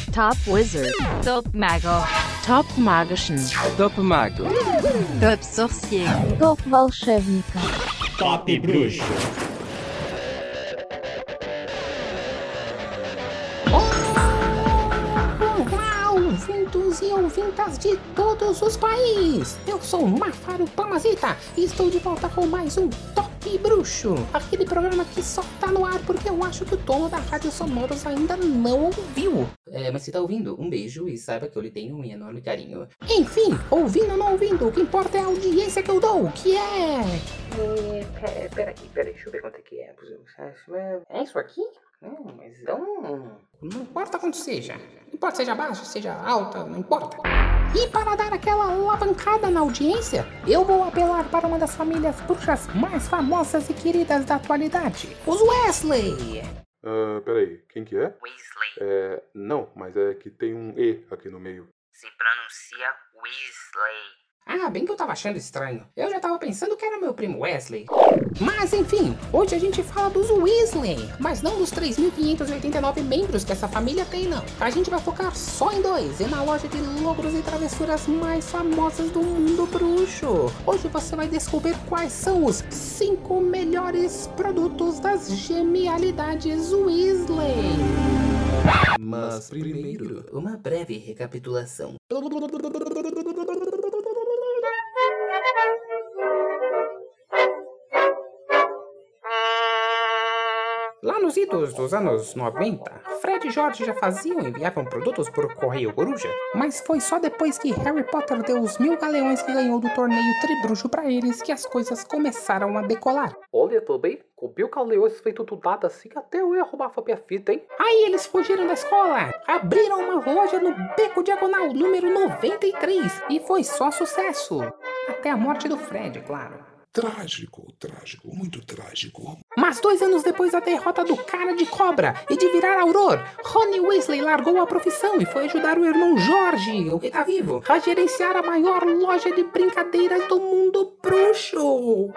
Top Wizard, Top Mago, Top Magician, Top Mago, Top Sorcier, Top Волшебника, Top Bruxo. Olá, ouvintos e ouvintas de todos os países! Eu sou Mafaro Pamazita e estou de volta com mais um Top Bruxo, aquele programa que só tá no ar porque eu acho que o dono da Rádio Sonoros ainda não ouviu. Mas se tá ouvindo, um beijo e saiba que eu lhe tenho um enorme carinho. Enfim, ouvindo ou não ouvindo, o que importa é a audiência que eu dou, que é... Peraí, deixa eu ver quanto é que é. É isso aqui? Não, mas então... Não importa quanto seja. Não importa seja baixa, seja alta, não importa. E para dar aquela alavancada na audiência, eu vou apelar para uma das famílias bruxas mais famosas e queridas da atualidade, os Weasley. Peraí, quem que é? Weasley. Não, mas é que tem um E aqui no meio. Se pronuncia Weasley. Ah, bem que eu tava achando estranho. Eu já tava pensando que era meu primo Wesley. Mas enfim, hoje a gente fala dos Weasley, mas não dos 3.589 membros que essa família tem, não. A gente vai focar só em dois, e na loja de logros e travessuras mais famosas do mundo bruxo. Hoje você vai descobrir quais são os 5 melhores produtos das genialidades Weasley. Mas primeiro, uma breve recapitulação. Lá nos idos dos anos 90, Fred e George já faziam e enviavam produtos por correio coruja, mas foi só depois que Harry Potter deu os 1000 galeões que ganhou do torneio Tribruxo pra eles que as coisas começaram a decolar. Olha, também, com 1000 galeões feito do nada assim, até eu ia roubar a minha fita, hein? Aí eles fugiram da escola, abriram uma loja no Beco Diagonal número 93 e foi só sucesso. Até a morte do Fred, claro. Trágico, muito trágico. Mas 2 anos depois da derrota do Cara de Cobra e de virar Auror, Ron Weasley largou a profissão e foi ajudar o irmão Jorge, o que tá vivo, a gerenciar a maior loja de brincadeiras do mundo bruxo.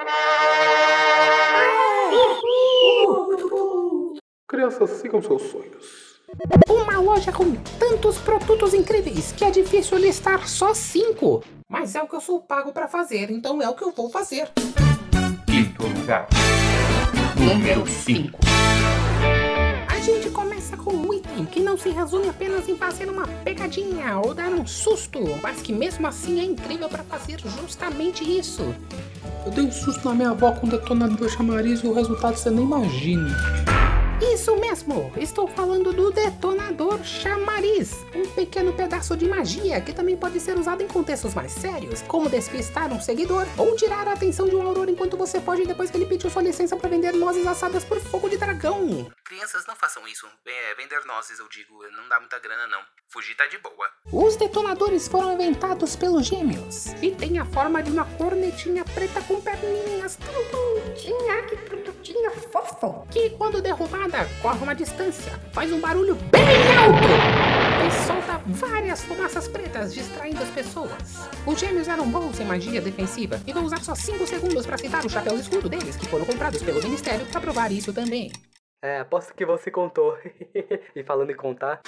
Crianças, sigam seus sonhos. Uma loja com tantos produtos incríveis que é difícil listar só 5. Mas é o que eu sou pago pra fazer, então é o que eu vou fazer. Quinto lugar. Número 5. A gente começa com um item que não se resume apenas em fazer uma pegadinha ou dar um susto, mas que mesmo assim é incrível pra fazer justamente isso. Eu dei um susto na minha avó com um detonador chamariz e o resultado você nem imagina. Isso mesmo, estou falando do detonador chamariz, um pequeno pedaço de magia que também pode ser usado em contextos mais sérios, como despistar um seguidor ou tirar a atenção de um auror enquanto você foge depois que ele pediu sua licença para vender nozes assadas por fogo de dragão. Crianças, não façam isso. Vender nozes, eu digo, não dá muita grana não. Fugir tá de boa. Os detonadores foram inventados pelos gêmeos e tem a forma de uma cornetinha preta com perninhas tão bonitinha, que produtinha fofo, que quando derrubada corre uma distância, faz um barulho bem alto e solta várias fumaças pretas distraindo as pessoas. Os gêmeos eram bons em magia defensiva e vou usar só 5 segundos para citar os chapéus escuros deles que foram comprados pelo Ministério para provar isso também. Aposto que você contou. E falando em contar...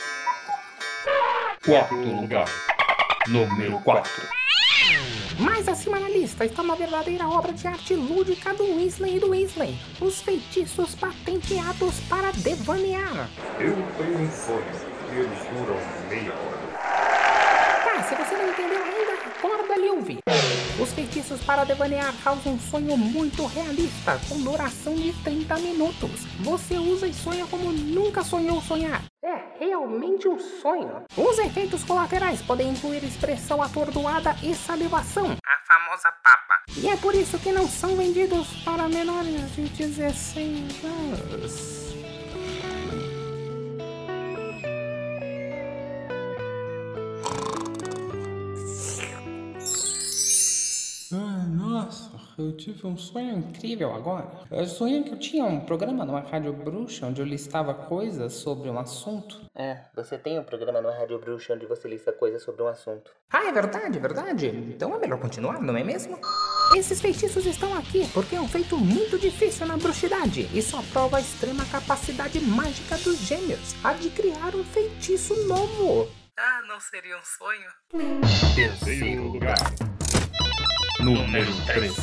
Quarto lugar. Número 4. Mais acima na lista está uma verdadeira obra de arte lúdica do Weasley e do Weasley, os feitiços patenteados para devanear. Eu tenho um sonho e eles duram meia hora. Tá, se você não entendeu ainda, acorda ali ouvir. Os feitiços para devanear causam um sonho muito realista, com duração de 30 minutos. Você usa e sonha como nunca sonhou sonhar. É realmente um sonho. Os efeitos colaterais podem incluir expressão atordoada e salivação. A famosa papa. E é por isso que não são vendidos para menores de 16 anos. Nossa, eu tive um sonho incrível agora. Eu sonhei que eu tinha um programa numa rádio bruxa onde eu listava coisas sobre um assunto. Você tem um programa na Rádio Bruxa onde você lista coisas sobre um assunto. Ah, é verdade, é verdade. Então é melhor continuar, não é mesmo? Esses feitiços estão aqui porque é um feito muito difícil na bruxidade e só prova a extrema capacidade mágica dos gêmeos, a de criar um feitiço novo. Ah, não seria um sonho? Terceiro lugar. Número 3.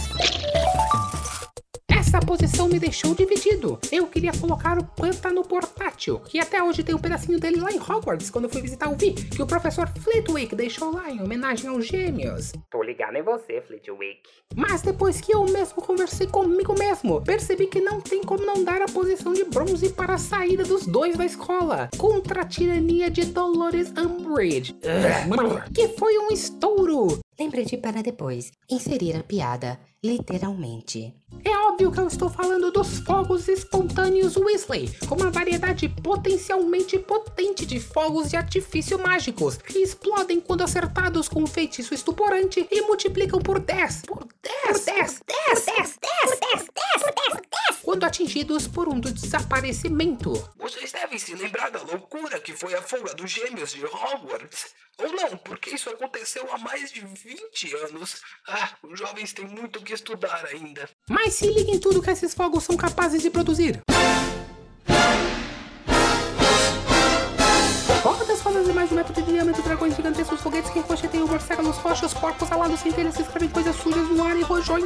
Essa posição me deixou dividido. Eu queria colocar o pântano portátil, que até hoje tem um pedacinho dele lá em Hogwarts, quando eu fui visitar o Vi, que o professor Flitwick deixou lá em homenagem aos gêmeos. Tô ligado em você, Flitwick. Mas depois que eu mesmo conversei comigo mesmo, percebi que não tem como não dar a posição de bronze para a saída dos dois da escola, contra a tirania de Dolores Umbridge, que foi um estouro. Lembre-te para depois inserir a piada, literalmente. É óbvio que eu estou falando dos fogos espontâneos Weasley, com uma variedade potencialmente potente de fogos de artifício mágicos, que explodem quando acertados com um feitiço estuporante e multiplicam por 10. Quando atingidos por um desaparecimento. Vocês devem se lembrar da loucura que foi a fuga dos gêmeos de Hogwarts. Ou não, porque isso aconteceu há mais de 20 anos. Os jovens têm muito o que estudar ainda. Mas se liga em tudo que esses fogos são capazes de produzir. Rodas, rodas e mais de 1 metro de diâmetro, dragões gigantescos, foguetes que ricocheteiam morcegos, rochas, porcos alados, centelhas que escrevem coisas sujas no ar e rojões.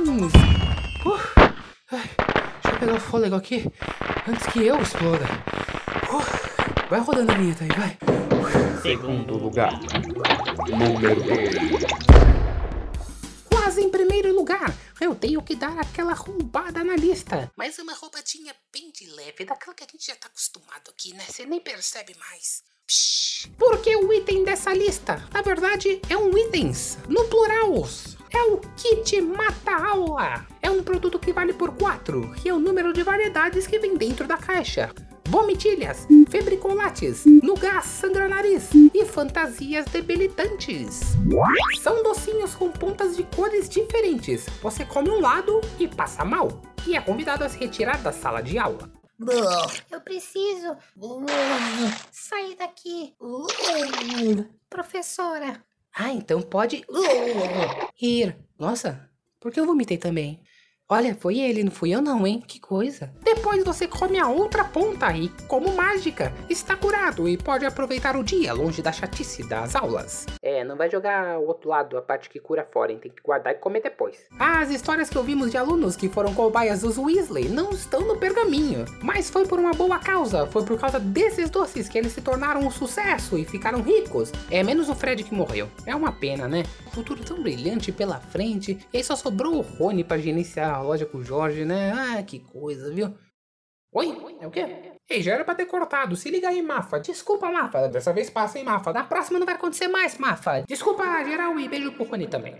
Deixa eu pegar o fôlego aqui antes que eu exploda. Vai rodando a vinheta aí, vai. Segundo lugar. Número 2. Quase em primeiro lugar, eu tenho que dar aquela roubada na lista. Mas uma roubadinha bem de leve, daquela que a gente já tá acostumado aqui, né? Você nem percebe mais. Psh. Porque o item dessa lista, na verdade, é um itens, no plural. É o Kit Mata-Aula. É um produto que vale por 4, que é o número de variedades que vem dentro da caixa. Vomitilhas, febricolates, nugás sangra-nariz e fantasias debilitantes. São docinhos com pontas de cores diferentes. Você come um lado e passa mal. E é convidado a se retirar da sala de aula. Eu preciso sair daqui. Professora. Então pode ir. Nossa, por que eu vomitei também? Olha, foi ele, não fui eu não, hein? Que coisa. Depois você come a outra ponta e, como mágica, está curado e pode aproveitar o dia longe da chatice das aulas. Não vai jogar o outro lado, a parte que cura fora, hein? Tem que guardar e comer depois. As histórias que ouvimos de alunos que foram cobaias dos Weasley não estão no pergaminho. Mas foi por uma boa causa, foi por causa desses doces que eles se tornaram um sucesso e ficaram ricos. Menos o Fred que morreu. É uma pena, né? Futuro tão brilhante pela frente, e aí só sobrou o Rony pra gerenciar a loja com o Jorge, né? Que coisa, viu? Oi? É o quê? Ei, já era pra ter cortado. Se liga aí, Mafa. Desculpa, Mafa. Dessa vez passa, hein, Mafa. Na próxima não vai acontecer mais, Mafa. Desculpa, geral, e beijo pro Rony também.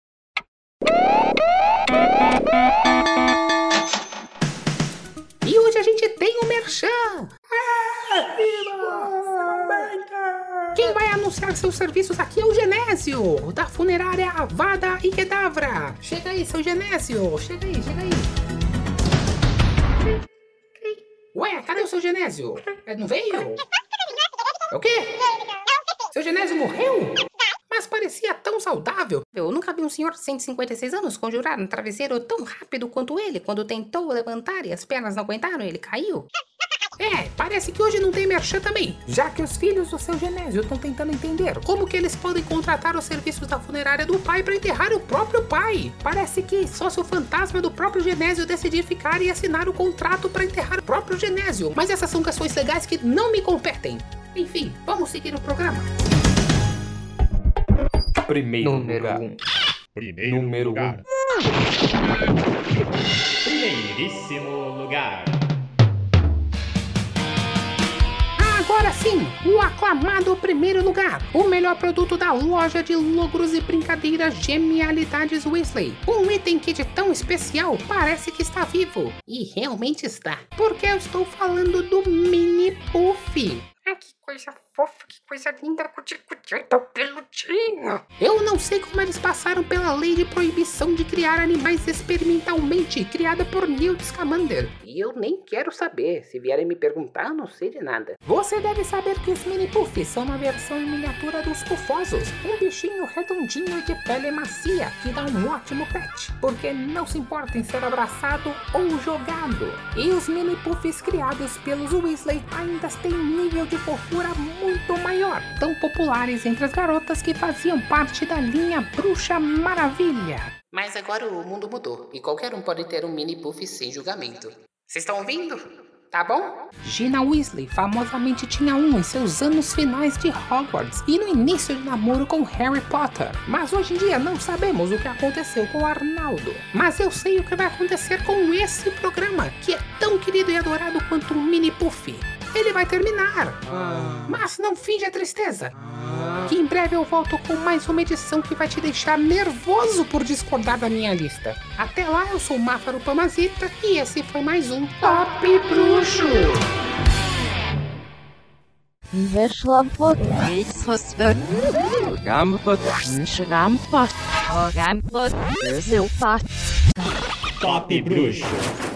E hoje a gente tem o Merchan. Quem vai anunciar seus serviços aqui é o Genésio, da funerária Avada e Kedavra. Chega aí, seu Genésio. Chega aí. Ué, cadê o seu Genésio? Não veio? É o quê? Seu Genésio morreu? Mas parecia tão saudável. Eu nunca vi um senhor de 156 anos conjurar um travesseiro tão rápido quanto ele. Quando tentou levantar e as pernas não aguentaram, ele caiu. Parece que hoje não tem merchan também, já que os filhos do seu Genésio estão tentando entender como que eles podem contratar os serviços da funerária do pai para enterrar o próprio pai. Parece que só se o fantasma do próprio Genésio decidir ficar e assinar o contrato para enterrar o próprio Genésio. Mas essas são questões legais que não me competem. Enfim, vamos seguir o programa. Primeiro lugar. Número 1. Primeiríssimo lugar. Agora sim, o aclamado primeiro lugar, o melhor produto da loja de logros e brincadeiras Genialidades Weasley. Um item kit tão especial parece que está vivo. E realmente está, porque eu estou falando do Mini Puff. Que coisa fofa, que coisa linda, tão peludinho. Eu não sei como eles passaram pela lei de proibição de criar animais experimentalmente, criada por Newt Scamander. E eu nem quero saber. Se vierem me perguntar, eu não sei de nada. Você deve saber que os mini puffs são uma versão em miniatura dos pufosos, um bichinho redondinho de pele macia que dá um ótimo pet, porque não se importa em ser abraçado ou jogado. E os mini puffs criados pelos Weasley ainda têm um nível de fofura muito maior, tão populares entre as garotas que faziam parte da linha Bruxa Maravilha. Mas agora o mundo mudou e qualquer um pode ter um mini puff sem julgamento. Vocês estão ouvindo? Tá bom? Gina Weasley famosamente tinha um em seus anos finais de Hogwarts e no início de namoro com Harry Potter. Mas hoje em dia não sabemos o que aconteceu com Arnaldo. Mas eu sei o que vai acontecer com esse programa, que é tão querido e adorado quanto um mini puff. Ele vai terminar. Mas não finge a tristeza. Que em breve eu volto com mais uma edição que vai te deixar nervoso por discordar da minha lista. Até lá, eu sou o Máfaro Pamazita e esse foi mais um Top Bruxo. Top Bruxo.